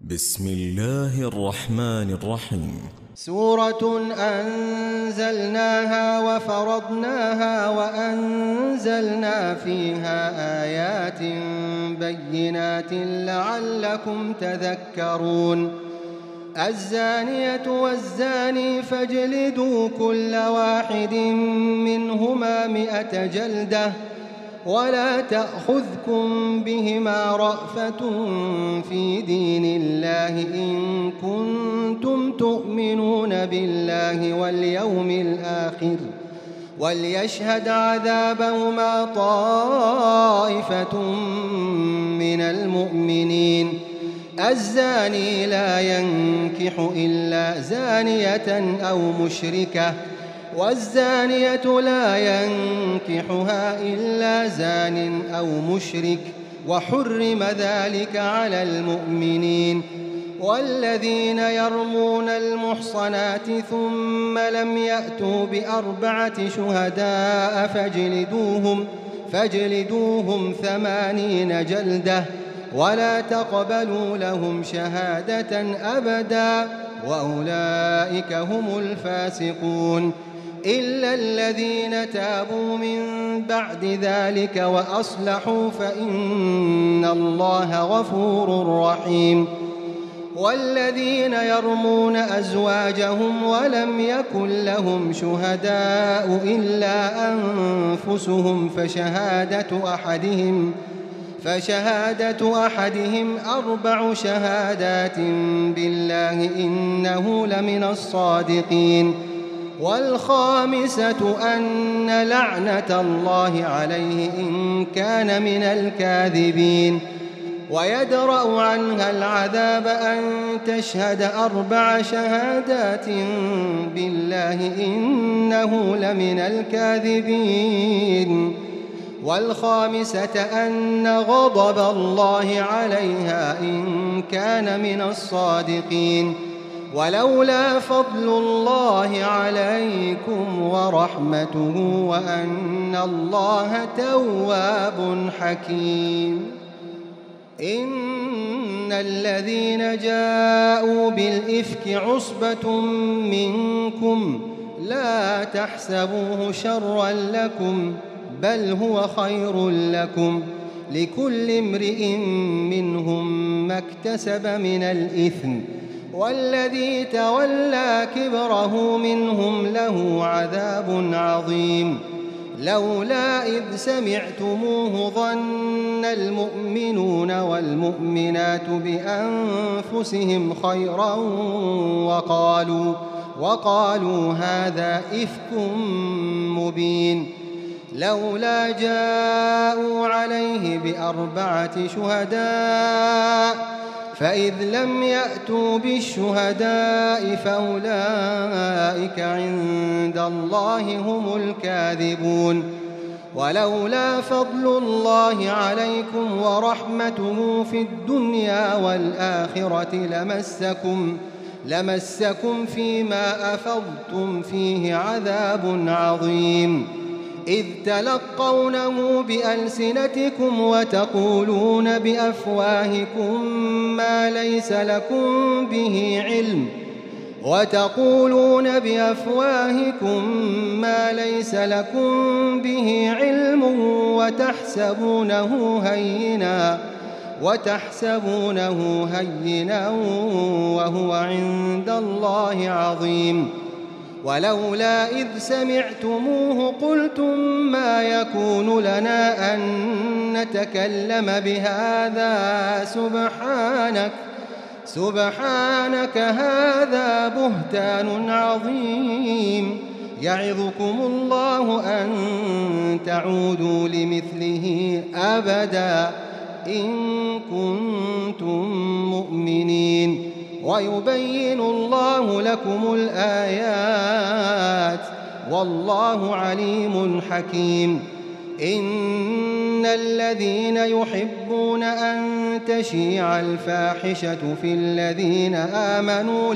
بسم الله الرحمن الرحيم. سورة أنزلناها وفرضناها وأنزلنا فيها آيات بينات لعلكم تذكرون. الزانية والزاني فاجلدوا كل واحد منهما 100 جلدة ولا تأخذكم بهما رأفة في دين الله إن كنتم تؤمنون بالله واليوم الآخر وليشهد عذابهما طائفة من المؤمنين. الزاني لا ينكح إلا زانية أو مشركة والزانية لا ينكحها إلا زان أو مشرك وحرم ذلك على المؤمنين. والذين يرمون المحصنات ثم لم يأتوا ب4 شهداء فاجلدوهم 80 جلدة ولا تقبلوا لهم شهادة أبدا وأولئك هم الفاسقون. إلا الذين تابوا من بعد ذلك وأصلحوا فإن الله غفور رحيم. والذين يرمون أزواجهم ولم يكن لهم شهداء إلا أنفسهم فشهادة أحدهم 4 شهادات بالله إنه لمن الصادقين. والخامسة أن لعنة الله عليه إن كان من الكاذبين. ويدرأ عنها العذاب أن تشهد 4 شهادات بالله إنه لمن الكاذبين. والخامسة أن غضب الله عليها إن كان من الصادقين. ولولا فضل الله عليكم ورحمته وأن الله تواب حكيم. إن الذين جاءوا بالإفك عصبة منكم لا تحسبوه شرا لكم بل هو خير لكم لكل امرئ منهم ما اكتسب من الإثم والذي تولى كبره منهم له عذاب عظيم. لولا إذ سمعتموه ظن المؤمنون والمؤمنات بأنفسهم خيرا وقالوا هذا إفك مبين. لولا جاءوا عليه ب4 شهداء فإذ لم يأتوا بالشهداء فأولئك عند الله هم الكاذبون. ولولا فضل الله عليكم ورحمته في الدنيا والآخرة لمسكم فيما أفضتم فيه عذاب عظيم. إذ تلقونه بألسنتكم وتقولون بأفواهكم ما ليس لكم به علم وتحسبونه هينا وهو عند الله عظيم. ولولا إذ سمعتموه قلتم ما يكون لنا أن نتكلم بهذا سبحانك هذا بهتان عظيم. يعظكم الله أن تعودوا لمثله أبدا إن كنتم مؤمنين. ويبين الله لكم الآيات والله عليم حكيم. إن الذين يحبون أن تشيع الفاحشة في الذين آمنوا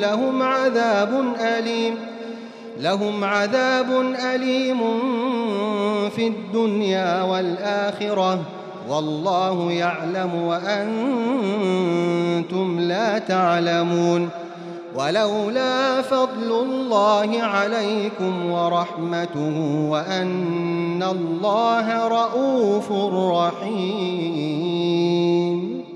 لهم عذاب أليم في الدنيا والآخرة والله يعلم وأنتم لا تعلمون. ولولا فضل الله عليكم ورحمته وأن الله رءوف رحيم.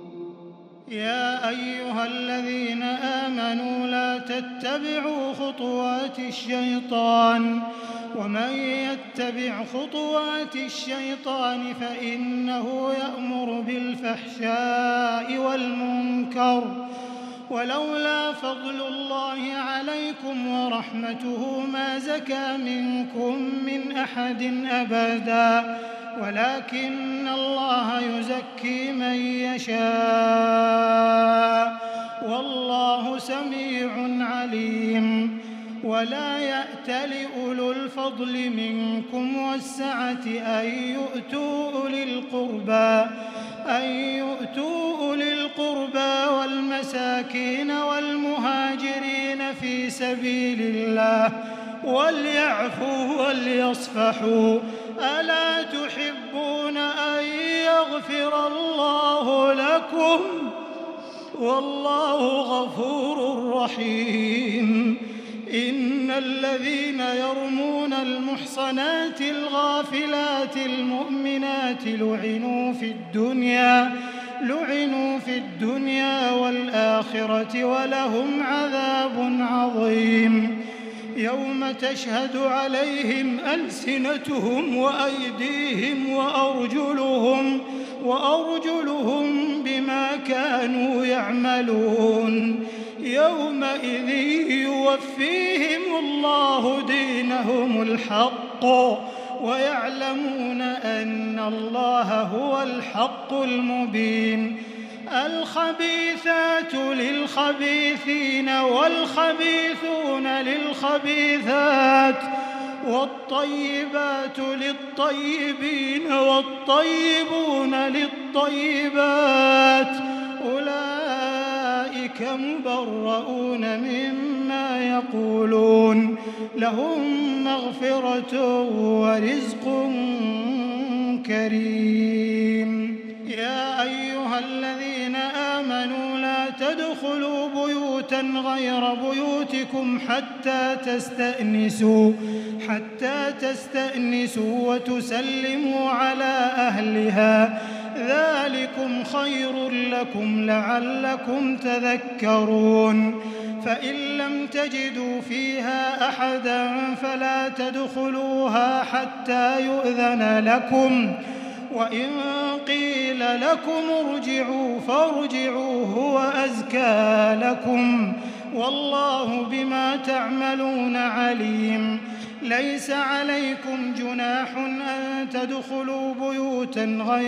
يا أيها الذين آمنوا لا تتبعوا خطوات الشيطان ومن يتبع خطوات الشيطان فإنه يأمر بالفحشاء والمنكر ولولا فضل الله عليكم ورحمته ما زكى منكم من أحد أبدا ولكن الله يزكي من يشاء والله سميع عليم. ولا يأت لأولو الفضل منكم والسعة أن يؤتوا أولي القربى والمساكين والمهاجرين في سبيل الله وليعفوا وليصفحوا ألا تحبون أن يغفر الله لكم والله غفور رحيم. إن الذين يرمون المحصنات الغافلات المؤمنات لعنوا في الدنيا والآخرة ولهم عذاب عظيم. يوم تشهد عليهم ألسنتهم وأيديهم وأرجلهم بما كانوا يعملون يومئذ يوفيهم الله دينهم الحق ويعلمون أن الله هو الحق المبين. الخبيثات للخبيثين والخبيثون للخبيثات والطيبات للطيبين والطيبون للطيبات أولئك مبرؤون مما يقولون لهم مغفرة ورزق كريم. يا أيها الذين آمنوا لا تدخلوا بيوتا غير بيوتكم حتى تستأنسوا وتسلموا على أهلها ذلكم خير لكم لعلكم تذكرون. فإن لم تجدوا فيها أحدا فلا تدخلوها حتى يؤذن لكم وإن قيل لكم ارجعوا فارجعوا هو أزكى لكم والله بما تعملون عليم. ليس عليكم جناح أن تدخلوا بيوتا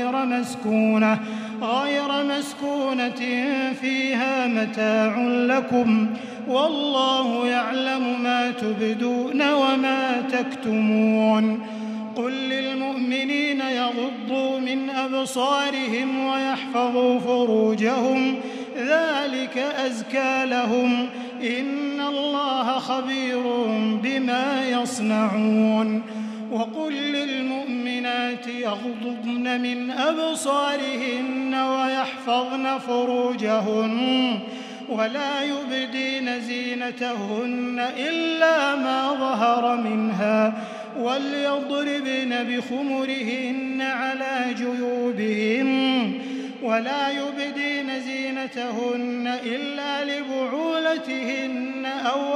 غير مسكونة فيها متاع لكم والله يعلم ما تبدون وما تكتمون. قل للمؤمنين يغضوا من أبصارهم ويحفظوا فروجهم ذلك أزكى لهم إن الله خبير بما يصنعون. وقل للمؤمنات يغضضن من أبصارهن ويحفظن فروجهن ولا يبدين زينتهن إلا ما ظهر منها وليضربن بخمرهن على جيوبهن ولا يبدين زينتهن إلا لبعولتهن أو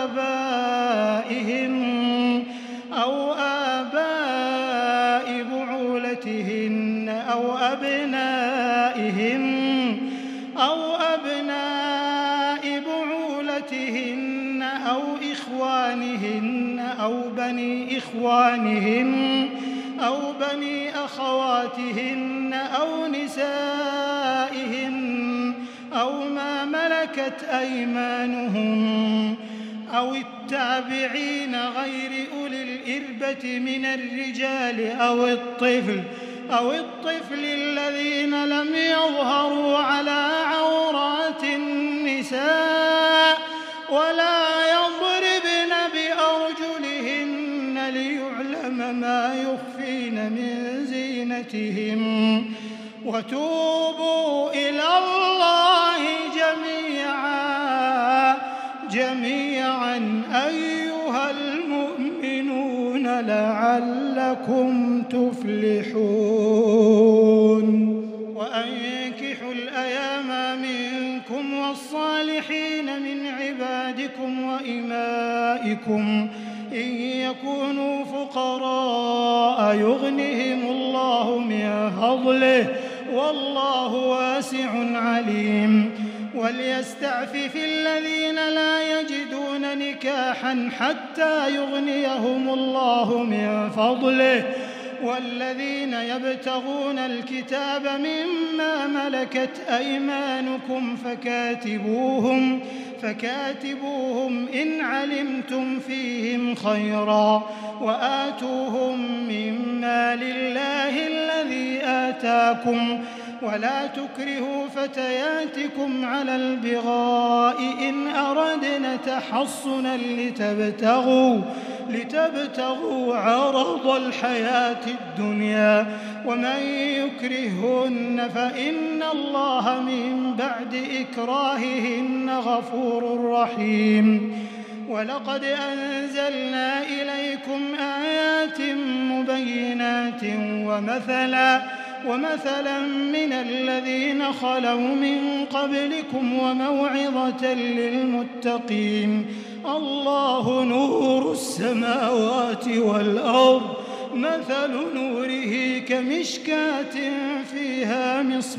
آباء بعولتهن أو أبناء بعولتهن أو إخوانهن أو بني إخوانهن أو بني أخواتهن أو نسائهن أو ما ملكت أيمانهم أو التابعين غير أولي الإربة من الرجال أو الطفل الذين لم يظهروا على عورات النساء ولا يضربن بأرجلهن ليعلم ما يخفين من زينتهم وتوبوا إلى الله جميعا أيها المؤمنون لعلكم تفلحون وأنكحوا الأيام منكم والصالحين من عبادكم وإمائكم إن يكونوا فقراء يغنهم الله من فضله والله واسع عليم وليستعفف الذين لا يجدون نكاحا حتى يغنيهم الله من فضله والذين يبتغون الكتاب مما ملكت أيمانكم فكاتبوهم إن علمتم فيهم خيرا وآتوهم مما لله الذي آتاكم ولا تكرهوا فتياتكم على البغاء إن أردنا تحصنا لتبتغوا عرض الحياة الدنيا ومن يكرههن فإن الله من بعد إكراههن غفور رحيم ولقد أنزلنا إليكم آيات مبينات ومثلا من الذين خلوا من قبلكم وموعظة للمتقين الله نور السماوات والأرض مثل نوره كمشكاة فيها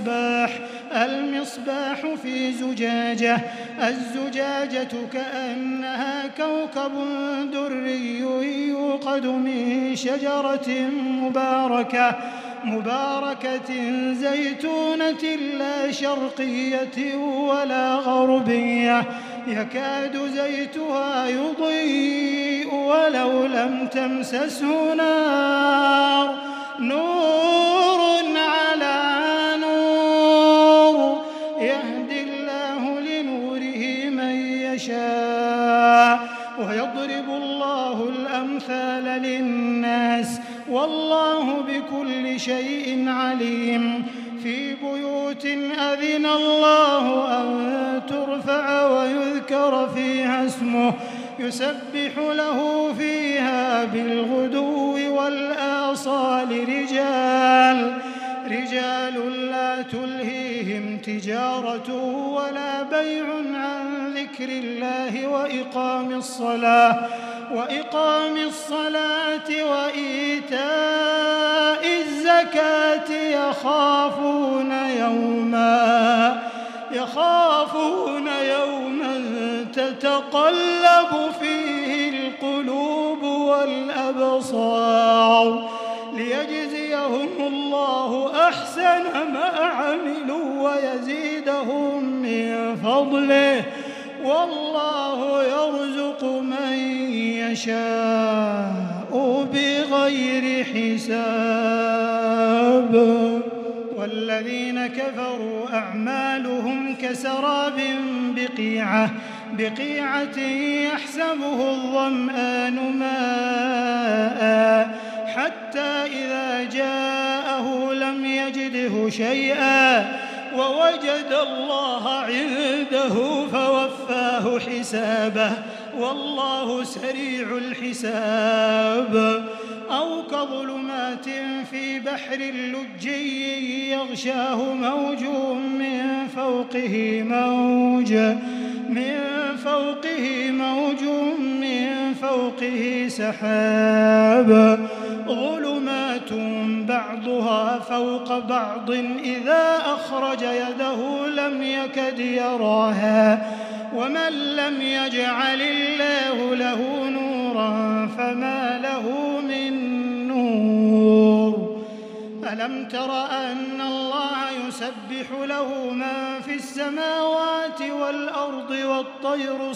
المصباح في زجاجة الزجاجة كأنها كوكب دري يوقد من شجرة مباركة زيتونة لا شرقية ولا غربية يكاد زيتها يضيء ولو لم تمسسه نور على نور يهدي الله لنوره من يشاء ويضرب الله الأمثال للناس والله بكل شيء عليم في بيوت أذن الله أن ترفع ويذكر فيها اسمه يسبح له فيها بالغدو والآصال رجال لا تلهيهم تجارة ولا بيع عن ذكر الله وإقام الصلاة وإيتاء الزكاة يخافون يوما تتقلب فيه القلوب والأبصار ليجزيهم الله أحسن ما عملوا ويزيدهم من فضله والله يرزق من يشاء بغير حساب والذين كفروا أعمالهم كسراب بقيعة يحسبه الظمآن ماء حتى إذا جاءه لم يجده شيئا ووجد الله عنده فوفاه حسابه والله سريع الحساب أو كظلمات في بحر لجي يغشاه موج من فوقه سحاب ظلمات بعضها فوق بعض إذا أخرج يده لم يكد يراها ومن لم يجعل الله له نورا فما له من نور ألم تر أن الله يسبح له من في السماوات والأرض والطير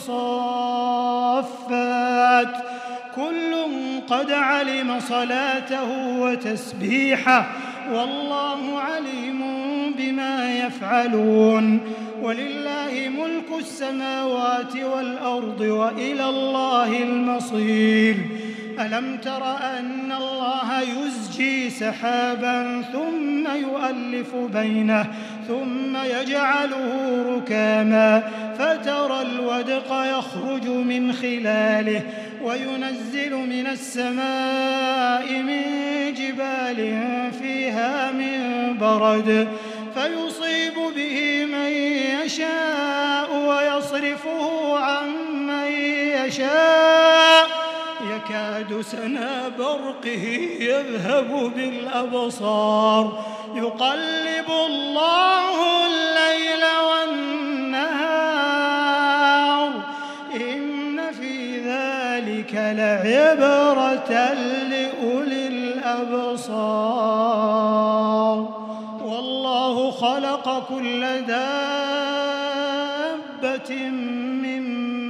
صافات كل قد علم صلاته وتسبيحه والله عليم بما يفعلون ولله ملك السماوات والأرض وإلى الله المصير ألم تر أن الله يزجي سحابا ثم يؤلف بينه ثم يجعله ركاما فترى الودق يخرج من خلاله وينزل من السماء من جبال فيها من برد فيصيب به من يشاء ويصرفه عن من يشاء يكاد سنا برقه يذهب بالأبصار يقلب الله الليل والنهار إن في ذلك لعبرة لأولي الأبصار والله خلق كل دابة من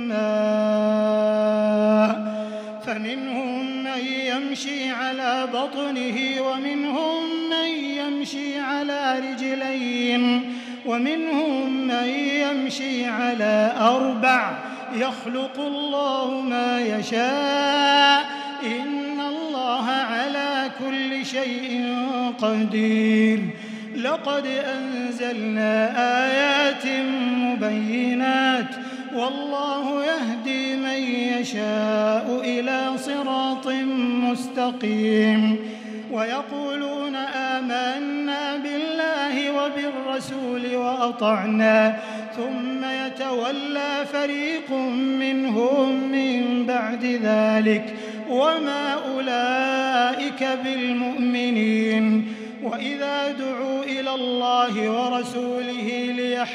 ماء فمنهم من يمشي على بطنه ومنهم من يمشي على رجلين ومنهم من يمشي على 4 يخلق الله ما يشاء إن الله على كل شيء قدير لقد أنزلنا آيات مبينات والله يهدي من يشاء إلى صراط مستقيم ويقولون آمنا بالله وبالرسول وأطعنا ثم يتولى فريق منهم من بعد ذلك وما أولئك بالمؤمنين وإذا دعوا إلى الله ورسوله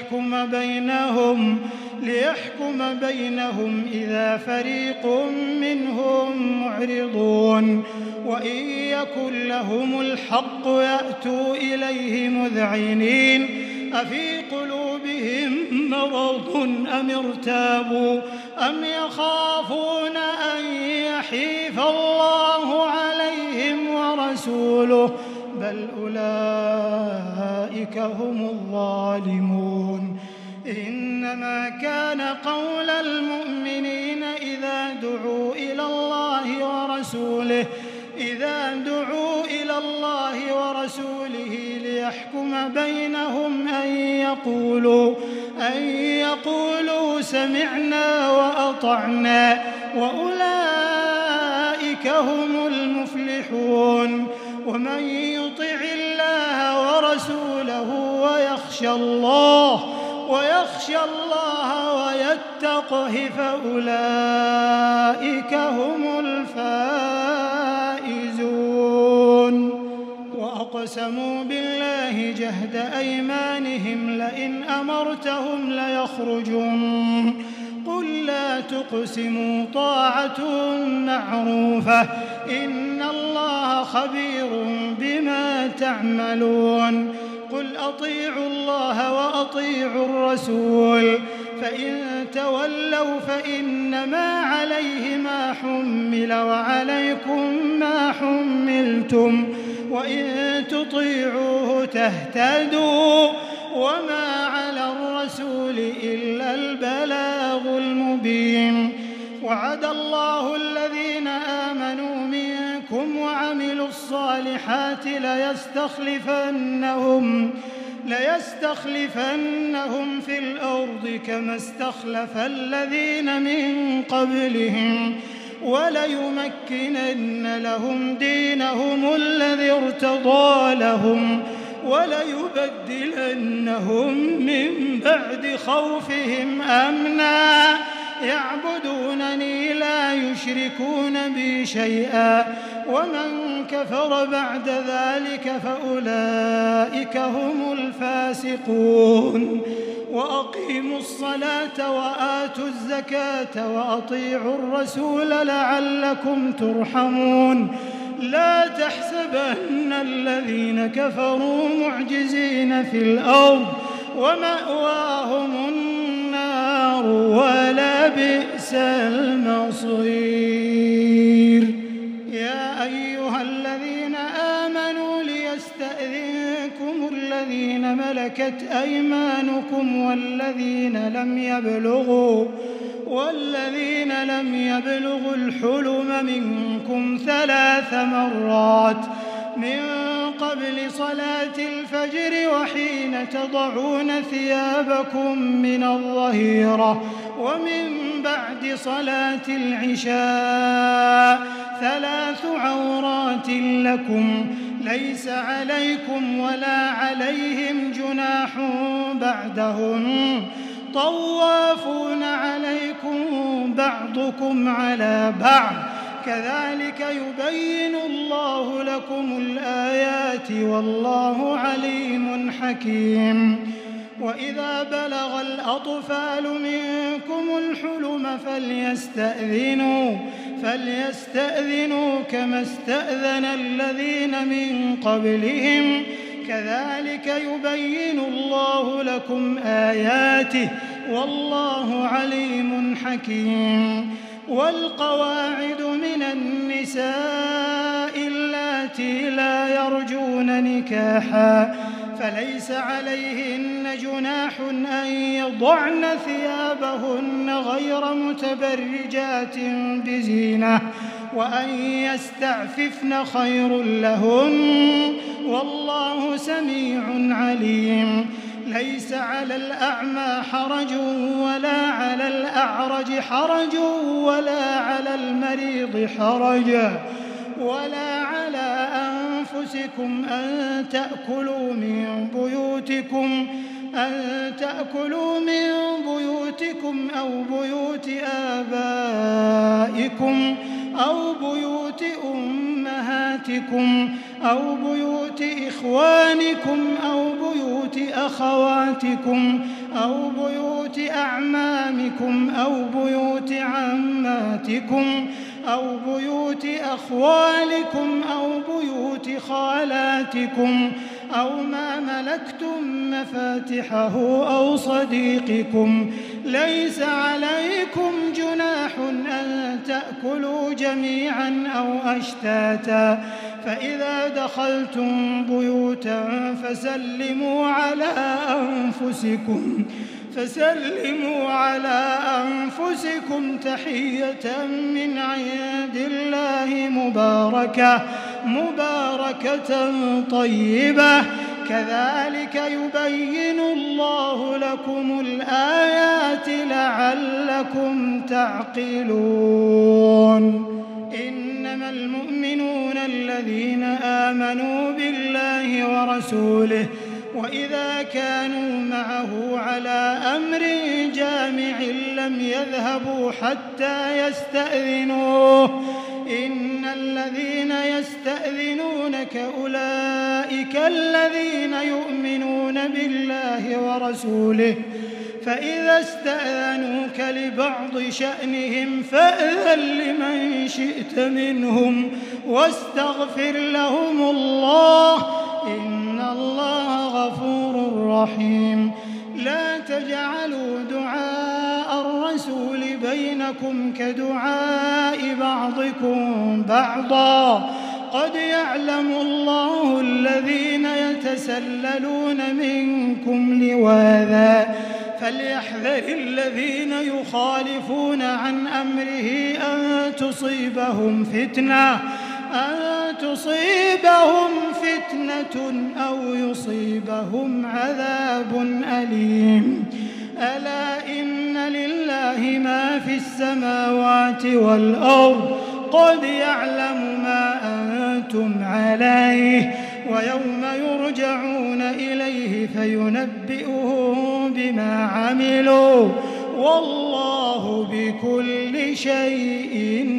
ليحكم بينهم إذا فريق منهم معرضون وإن يكن لهم الحق يأتوا إليه مذعنين أفي قلوبهم مرض أم ارتابوا أم يخافون أن يحيف الله عليهم ورسوله بل أولئك هم الظالمون إنما كان قول المؤمنين إذا دعوا إلى الله ورسوله ليحكم بينهم أن يقولوا سمعنا وأطعنا وأولئك هم المفلحون ومن يطع الله ورسوله ويخشى الله ويتقه فأولئك هم الفائزون وأقسموا بالله جهد أيمانهم لئن أمرتهم ليخرجون قل لا تقسموا طاعة معروفة إن الله خبير بما تعملون قل أطيعوا الله وأطيعوا الرسول فإن تولوا فإنما عليه ما حمل وعليكم ما حملتم وإن تطيعوه تهتدوا وما على الرسول إلا البلاغ المبين وعد الله الذين آمنوا منكم وعملوا الصالحات ليستخلفنهم في الأرض كما استخلف الذين من قبلهم وليمكنن لهم دينهم الذي ارتضى لهم وليبدلنهم من بعد خوفهم أمنا يعبدونني لا يشركون بي شيئا ومن كفر بعد ذلك فأولئك هم الفاسقون وأقيموا الصلاة وآتوا الزكاة وأطيعوا الرسول لعلكم ترحمون لا تحسبن الذين كفروا معجزين في الأرض ومأواهم النار ولا بئس المصير يا أيها الذين آمنوا ليستأذنكم الذين ملكت أيمانكم والذين لم يبلغوا الحلم منكم 3 مرات من قبل صلاة الفجر وحين تضعون ثيابكم من الظهيرة ومن بعد صلاة العشاء 3 عورات لكم ليس عليكم ولا عليهم جناح بعدهن طوافون عليكم بعضكم على بعض كذلك يبين الله لكم الآيات والله عليم حكيم. وإذا بلغ الأطفال منكم الحلم فليستأذنوا كما استأذن الذين من قبلهم كذلك يبين الله لكم آياته والله عليم حكيم. والقواعد من النساء اللاتي لا يرجون نكاحا فليس عليهن جناح أن يضعن ثيابهن غير متبرجات بزينة وأن يستعففن خير لهن والله سميع عليم. ليس على الأعمى حرج ولا على الأعرج حرج ولا على المريض حرج ولا على أنفسكم أن تأكلوا من بيوتكم أو بيوت آبائكم أو بيوت أمهاتكم أو بيوت إخوانكم أو بيوت أخواتكم أو بيوت أعمامكم أو بيوت عماتكم أو بيوت أخوالكم أو بيوت خالاتكم أو ما ملكتم مفاتحه أو صديقكم ليس عليكم جناح أن تأكلوا جميعا أو أشتاتا فإذا دخلتم بيوتا فسلموا على أنفسكم تحية من عند الله مباركة طيبة كذلك يبين الله لكم الآيات لعلكم تعقلون. إنما المؤمنون الذين آمنوا بالله ورسوله وإذا كانوا معه على أمر جامع لم يذهبوا حتى يستأذنوه إن الذين يستأذنونك أولئك الذين يؤمنون بالله ورسوله فإذا استأذنوك لبعض شأنهم فأذن لمن شئت منهم واستغفر لهم الله إن الله غفور رحيم. لا تجعلوا دعاء الرسول بينكم كدعاء بعضكم بعضا قد يعلم الله الذين يتسللون منكم لواذا فليحذر الذين يخالفون عن أمره أن تصيبهم فتنة أو يصيبهم عذاب أليم. ألا إن لله ما في السماوات والأرض قد يعلم ما أنتم عليه ويوم يرجعون إليه فينبئهم بما عملوا والله بكل شيء